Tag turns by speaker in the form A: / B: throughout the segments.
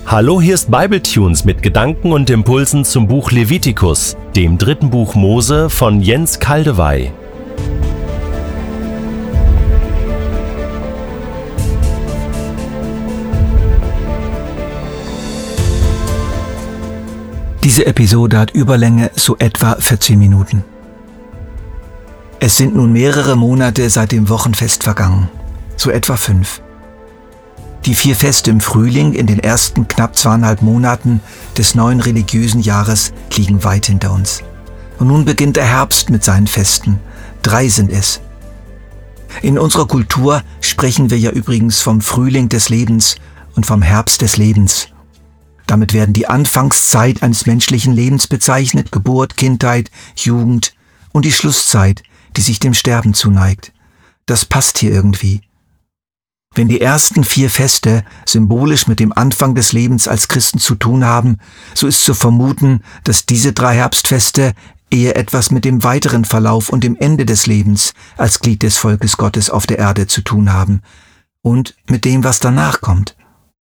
A: Hallo, hier ist Bibletunes mit Gedanken und Impulsen zum Buch Levitikus, dem dritten Buch Mose von Jens Kaldewey.
B: Diese Episode hat Überlänge so etwa 14 Minuten. Es sind nun mehrere Monate seit dem Wochenfest vergangen, so etwa 5. Die 4 Feste im Frühling in den ersten knapp 2,5 Monaten des neuen religiösen Jahres liegen weit hinter uns. Und nun beginnt der Herbst mit seinen Festen. 3 sind es. In unserer Kultur sprechen wir ja übrigens vom Frühling des Lebens und vom Herbst des Lebens. Damit werden die Anfangszeit eines menschlichen Lebens bezeichnet, Geburt, Kindheit, Jugend und die Schlusszeit, die sich dem Sterben zuneigt. Das passt hier irgendwie. Wenn die ersten 4 Feste symbolisch mit dem Anfang des Lebens als Christen zu tun haben, so ist zu vermuten, dass diese 3 Herbstfeste eher etwas mit dem weiteren Verlauf und dem Ende des Lebens als Glied des Volkes Gottes auf der Erde zu tun haben und mit dem, was danach kommt.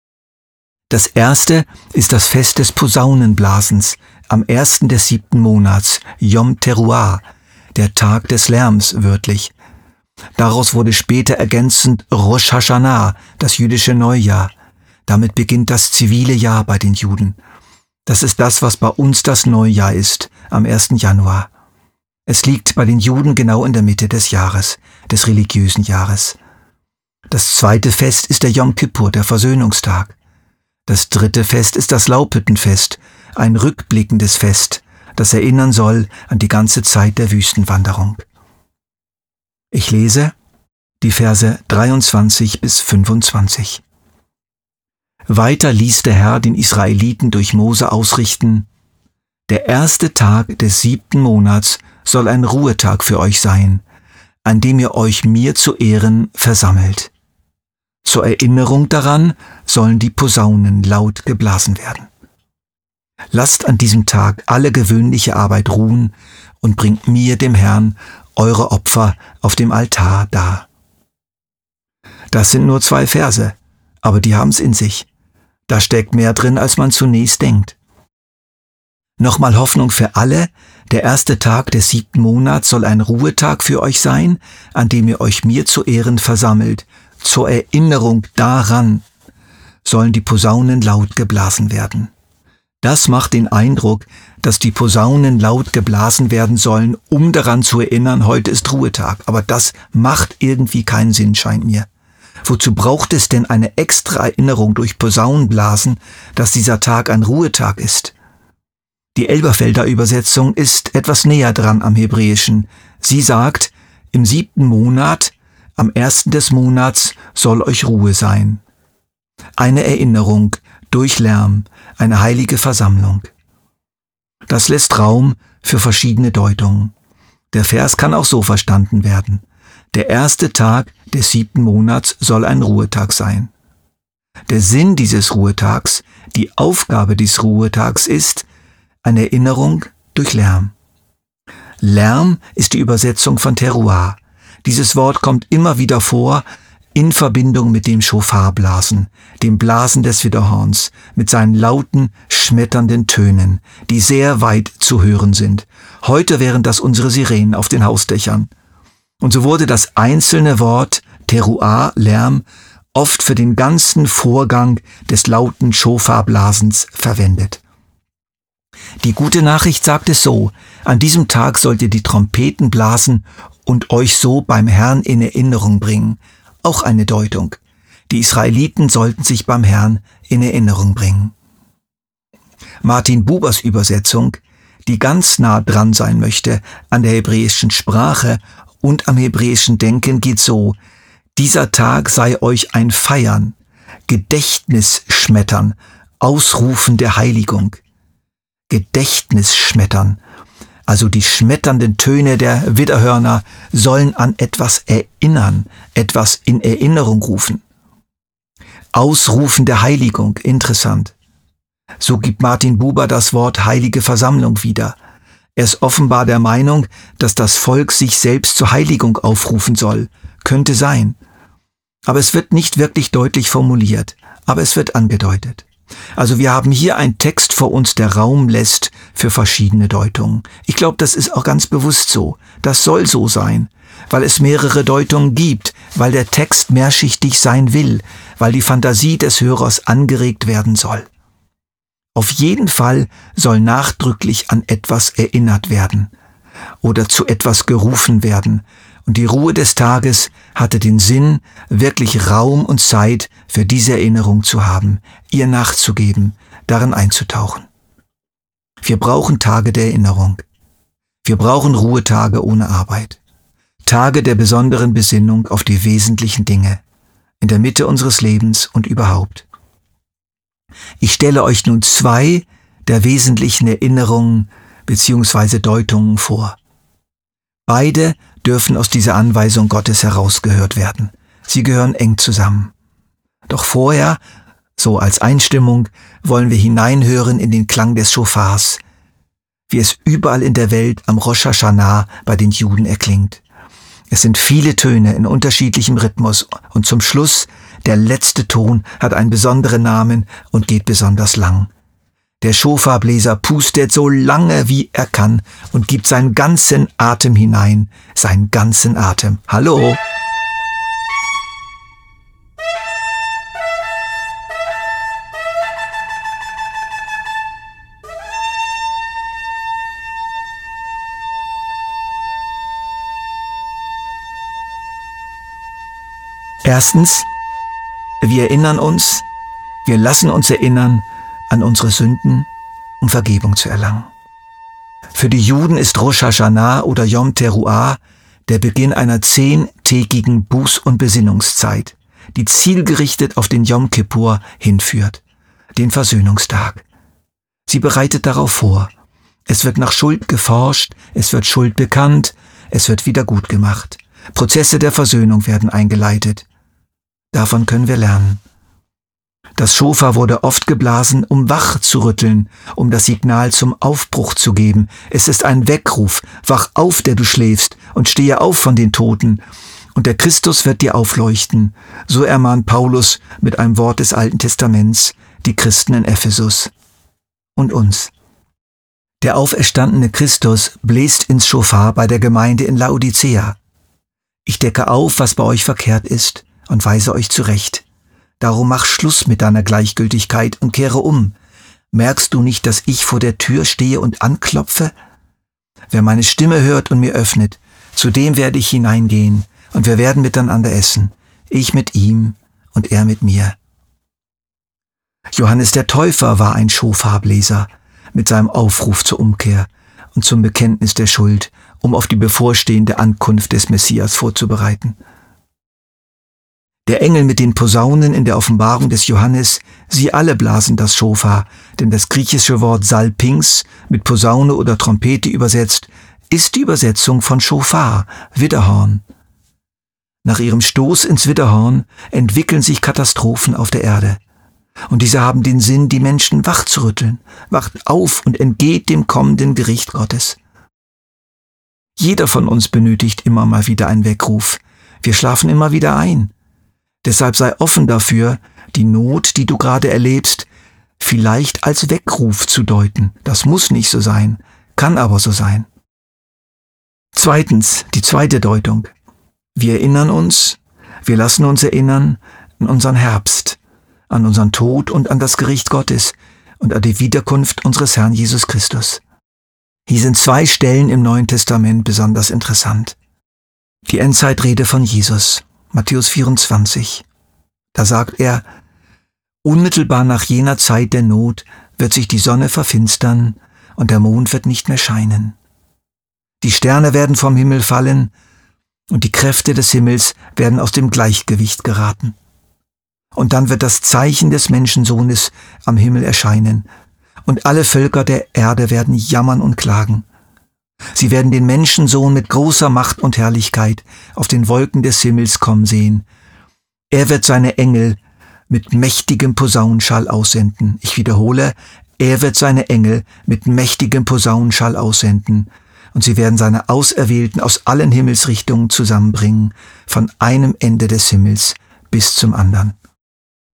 B: Das erste ist das Fest des Posaunenblasens am 1. des 7. Monats, Yom Teruah, der Tag des Lärms wörtlich. Daraus wurde später ergänzend Rosh Hashanah, das jüdische Neujahr. Damit beginnt das zivile Jahr bei den Juden. Das ist das, was bei uns das Neujahr ist, am 1. Januar. Es liegt bei den Juden genau in der Mitte des Jahres, des religiösen Jahres. Das zweite Fest ist der Yom Kippur, der Versöhnungstag. Das dritte Fest ist das Laubhüttenfest, ein rückblickendes Fest, das erinnern soll an die ganze Zeit der Wüstenwanderung. Ich lese die Verse 23 bis 25. Weiter ließ der Herr den Israeliten durch Mose ausrichten: Der erste Tag des 7. Monats soll ein Ruhetag für euch sein, an dem ihr euch mir zu Ehren versammelt. Zur Erinnerung daran sollen die Posaunen laut geblasen werden. Lasst an diesem Tag alle gewöhnliche Arbeit ruhen und bringt mir, dem Herrn, eure Opfer auf dem Altar dar. Das sind nur 2 Verse, aber die haben's in sich. Da steckt mehr drin, als man zunächst denkt. Nochmal Hoffnung für alle: Der erste Tag des 7. Monats soll ein Ruhetag für euch sein, an dem ihr euch mir zu Ehren versammelt. Zur Erinnerung daran sollen die Posaunen laut geblasen werden. Das macht den Eindruck, dass die Posaunen laut geblasen werden sollen, um daran zu erinnern, heute ist Ruhetag. Aber das macht irgendwie keinen Sinn, scheint mir. Wozu braucht es denn eine extra Erinnerung durch Posaunenblasen, dass dieser Tag ein Ruhetag ist? Die Elberfelder Übersetzung ist etwas näher dran am Hebräischen. Sie sagt: Im 7. Monat, am 1. des Monats soll euch Ruhe sein. Eine Erinnerung durch Lärm, eine heilige Versammlung. Das lässt Raum für verschiedene Deutungen. Der Vers kann auch so verstanden werden: Der erste Tag des 7. Monats soll ein Ruhetag sein. Der Sinn dieses Ruhetags, die Aufgabe des Ruhetags ist eine Erinnerung durch Lärm. Lärm ist die Übersetzung von Teruah. Dieses Wort kommt immer wieder vor in Verbindung mit dem Schofarblasen, dem Blasen des Widderhorns, mit seinen lauten, schmetternden Tönen, die sehr weit zu hören sind. Heute wären das unsere Sirenen auf den Hausdächern. Und so wurde das einzelne Wort Teruah, Lärm, oft für den ganzen Vorgang des lauten Schofarblasens verwendet. Die gute Nachricht sagt es so: An diesem Tag sollt ihr die Trompeten blasen und euch so beim Herrn in Erinnerung bringen. Auch eine Deutung. Die Israeliten sollten sich beim Herrn in Erinnerung bringen. Martin Bubers Übersetzung, die ganz nah dran sein möchte an der hebräischen Sprache und am hebräischen Denken, geht so: Dieser Tag sei euch ein Feiern, Gedächtnisschmettern, Ausrufen der Heiligung. Gedächtnisschmettern. Also die schmetternden Töne der Widderhörner sollen an etwas erinnern, etwas in Erinnerung rufen. Ausrufen der Heiligung, interessant. So gibt Martin Buber das Wort heilige Versammlung wieder. Er ist offenbar der Meinung, dass das Volk sich selbst zur Heiligung aufrufen soll. Könnte sein. Aber es wird nicht wirklich deutlich formuliert, aber es wird angedeutet. Also wir haben hier einen Text vor uns, der Raum lässt für verschiedene Deutungen. Ich glaube, das ist auch ganz bewusst so. Das soll so sein, weil es mehrere Deutungen gibt, weil der Text mehrschichtig sein will, weil die Fantasie des Hörers angeregt werden soll. Auf jeden Fall soll nachdrücklich an etwas erinnert werden oder zu etwas gerufen werden. Und die Ruhe des Tages hatte den Sinn, wirklich Raum und Zeit für diese Erinnerung zu haben, ihr nachzugeben, darin einzutauchen. Wir brauchen Tage der Erinnerung. Wir brauchen Ruhetage ohne Arbeit. Tage der besonderen Besinnung auf die wesentlichen Dinge, in der Mitte unseres Lebens und überhaupt. Ich stelle euch nun 2 der wesentlichen Erinnerungen bzw. Deutungen vor. Beide dürfen aus dieser Anweisung Gottes herausgehört werden. Sie gehören eng zusammen. Doch vorher, so als Einstimmung, wollen wir hineinhören in den Klang des Schofars, wie es überall in der Welt am Rosh Hashanah bei den Juden erklingt. Es sind viele Töne in unterschiedlichem Rhythmus und zum Schluss, der letzte Ton hat einen besonderen Namen und geht besonders lang. Der Schofarbläser pustet so lange wie er kann und gibt seinen ganzen Atem hinein, seinen ganzen Atem. Hallo? Erstens, wir erinnern uns, wir lassen uns erinnern an unsere Sünden, um Vergebung zu erlangen. Für die Juden ist Rosh Hashanah oder Yom Teruah der Beginn einer 10-tägigen Buß- und Besinnungszeit, die zielgerichtet auf den Yom Kippur hinführt, den Versöhnungstag. Sie bereitet darauf vor. Es wird nach Schuld geforscht, es wird Schuld bekannt, es wird wieder gut gemacht. Prozesse der Versöhnung werden eingeleitet. Davon können wir lernen. Das Schofar wurde oft geblasen, um wach zu rütteln, um das Signal zum Aufbruch zu geben. Es ist ein Weckruf. Wach auf, der du schläfst, und stehe auf von den Toten. Und der Christus wird dir aufleuchten. So ermahnt Paulus mit einem Wort des Alten Testaments die Christen in Ephesus und uns. Der auferstandene Christus bläst ins Schofar bei der Gemeinde in Laodicea. Ich decke auf, was bei euch verkehrt ist, und weise euch zurecht. Darum mach Schluss mit deiner Gleichgültigkeit und kehre um. Merkst du nicht, dass ich vor der Tür stehe und anklopfe? Wer meine Stimme hört und mir öffnet, zu dem werde ich hineingehen, und wir werden miteinander essen, ich mit ihm und er mit mir. Johannes der Täufer war ein Schofarbläser mit seinem Aufruf zur Umkehr und zum Bekenntnis der Schuld, um auf die bevorstehende Ankunft des Messias vorzubereiten. Der Engel mit den Posaunen in der Offenbarung des Johannes, sie alle blasen das Schofar, denn das griechische Wort Salpings, mit Posaune oder Trompete übersetzt, ist die Übersetzung von Schofar, Widderhorn. Nach ihrem Stoß ins Widderhorn entwickeln sich Katastrophen auf der Erde. Und diese haben den Sinn, die Menschen wach zu rütteln. Wacht auf und entgeht dem kommenden Gericht Gottes. Jeder von uns benötigt immer mal wieder einen Weckruf. Wir schlafen immer wieder ein. Deshalb sei offen dafür, die Not, die du gerade erlebst, vielleicht als Weckruf zu deuten. Das muss nicht so sein, kann aber so sein. Zweitens, die zweite Deutung. Wir erinnern uns, wir lassen uns erinnern an unseren Herbst, an unseren Tod und an das Gericht Gottes und an die Wiederkunft unseres Herrn Jesus Christus. Hier sind 2 Stellen im Neuen Testament besonders interessant. Die Endzeitrede von Jesus, Matthäus 24. Da sagt er, unmittelbar nach jener Zeit der Not wird sich die Sonne verfinstern und der Mond wird nicht mehr scheinen. Die Sterne werden vom Himmel fallen und die Kräfte des Himmels werden aus dem Gleichgewicht geraten. Und dann wird das Zeichen des Menschensohnes am Himmel erscheinen und alle Völker der Erde werden jammern und klagen. Sie werden den Menschensohn mit großer Macht und Herrlichkeit auf den Wolken des Himmels kommen sehen. Er wird seine Engel mit mächtigem Posaunenschall aussenden. Ich wiederhole, er wird seine Engel mit mächtigem Posaunenschall aussenden. Und sie werden seine Auserwählten aus allen Himmelsrichtungen zusammenbringen, von einem Ende des Himmels bis zum anderen.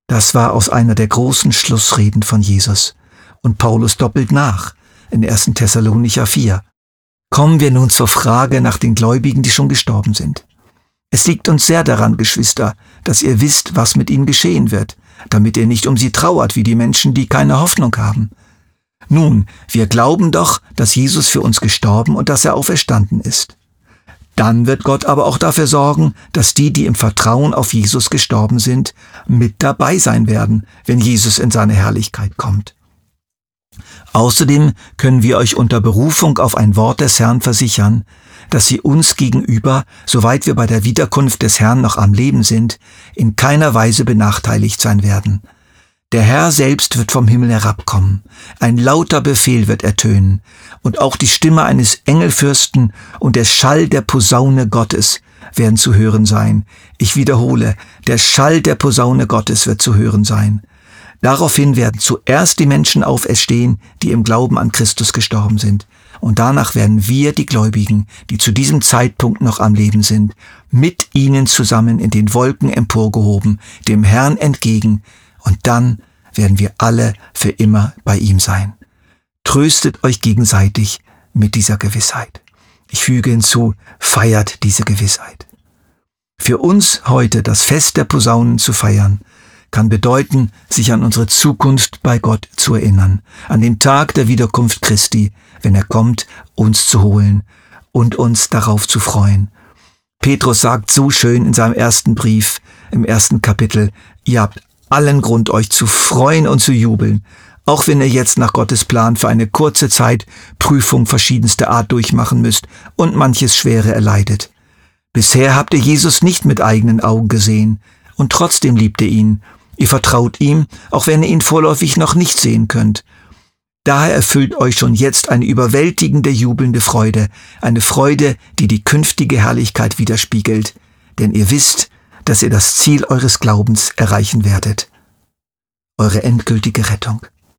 B: Das war aus einer der großen Schlussreden von Jesus. Und Paulus doppelt nach in 1. Thessalonicher 4. Kommen wir nun zur Frage nach den Gläubigen, die schon gestorben sind. Es liegt uns sehr daran, Geschwister, dass ihr wisst, was mit ihnen geschehen wird, damit ihr nicht um sie trauert wie die Menschen, die keine Hoffnung haben. Nun, wir glauben doch, dass Jesus für uns gestorben und dass er auferstanden ist. Dann wird Gott aber auch dafür sorgen, dass die im Vertrauen auf Jesus gestorben sind, mit dabei sein werden, wenn Jesus in seine Herrlichkeit kommt. Außerdem können wir euch unter Berufung auf ein Wort des Herrn versichern, dass sie uns gegenüber, soweit wir bei der Wiederkunft des Herrn noch am Leben sind, in keiner Weise benachteiligt sein werden. Der Herr selbst wird vom Himmel herabkommen, ein lauter Befehl wird ertönen, und auch die Stimme eines Engelfürsten und der Schall der Posaune Gottes werden zu hören sein. Ich wiederhole, der Schall der Posaune Gottes wird zu hören sein. Daraufhin werden zuerst die Menschen auferstehen, die im Glauben an Christus gestorben sind. Und danach werden wir, die Gläubigen, die zu diesem Zeitpunkt noch am Leben sind, mit ihnen zusammen in den Wolken emporgehoben, dem Herrn entgegen, und dann werden wir alle für immer bei ihm sein. Tröstet euch gegenseitig mit dieser Gewissheit. Ich füge hinzu, feiert diese Gewissheit. Für uns heute das Fest der Posaunen zu feiern, kann bedeuten, sich an unsere Zukunft bei Gott zu erinnern, an den Tag der Wiederkunft Christi, wenn er kommt, uns zu holen und uns darauf zu freuen. Petrus sagt so schön in seinem ersten Brief, im 1. Kapitel, ihr habt allen Grund, euch zu freuen und zu jubeln, auch wenn ihr jetzt nach Gottes Plan für eine kurze Zeit Prüfung verschiedenster Art durchmachen müsst und manches Schwere erleidet. Bisher habt ihr Jesus nicht mit eigenen Augen gesehen, und trotzdem liebt ihr ihn. Ihr vertraut ihm, auch wenn ihr ihn vorläufig noch nicht sehen könnt. Daher erfüllt euch schon jetzt eine überwältigende, jubelnde Freude, eine Freude, die die künftige Herrlichkeit widerspiegelt, denn ihr wisst, dass ihr das Ziel eures Glaubens erreichen werdet. Eure endgültige Rettung.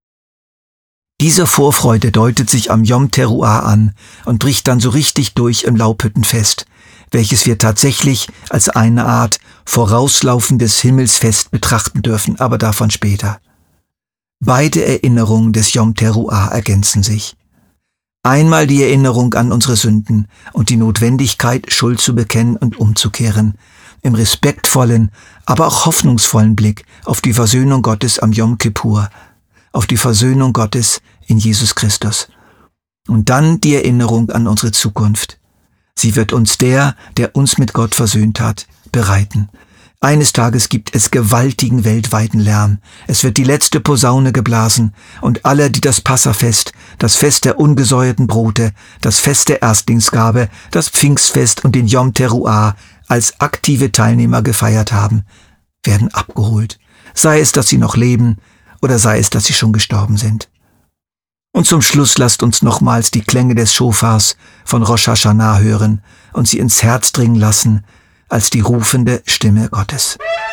B: Diese Vorfreude deutet sich am Yom Teruah an und bricht dann so richtig durch im Laubhüttenfest, welches wir tatsächlich als eine Art vorauslaufendes Himmelsfest betrachten dürfen, aber davon später. Beide Erinnerungen des Yom Teruah ergänzen sich. Einmal die Erinnerung an unsere Sünden und die Notwendigkeit, Schuld zu bekennen und umzukehren, im respektvollen, aber auch hoffnungsvollen Blick auf die Versöhnung Gottes am Yom Kippur, auf die Versöhnung Gottes in Jesus Christus. Und dann die Erinnerung an unsere Zukunft. Sie wird uns der uns mit Gott versöhnt hat, bereiten. Eines Tages gibt es gewaltigen weltweiten Lärm. Es wird die letzte Posaune geblasen und alle, die das Passafest, das Fest der ungesäuerten Brote, das Fest der Erstlingsgabe, das Pfingstfest und den Yom Teruah als aktive Teilnehmer gefeiert haben, werden abgeholt. Sei es, dass sie noch leben oder sei es, dass sie schon gestorben sind. Und zum Schluss lasst uns nochmals die Klänge des Schofars von Rosh Hashanah hören und sie ins Herz dringen lassen als die rufende Stimme Gottes.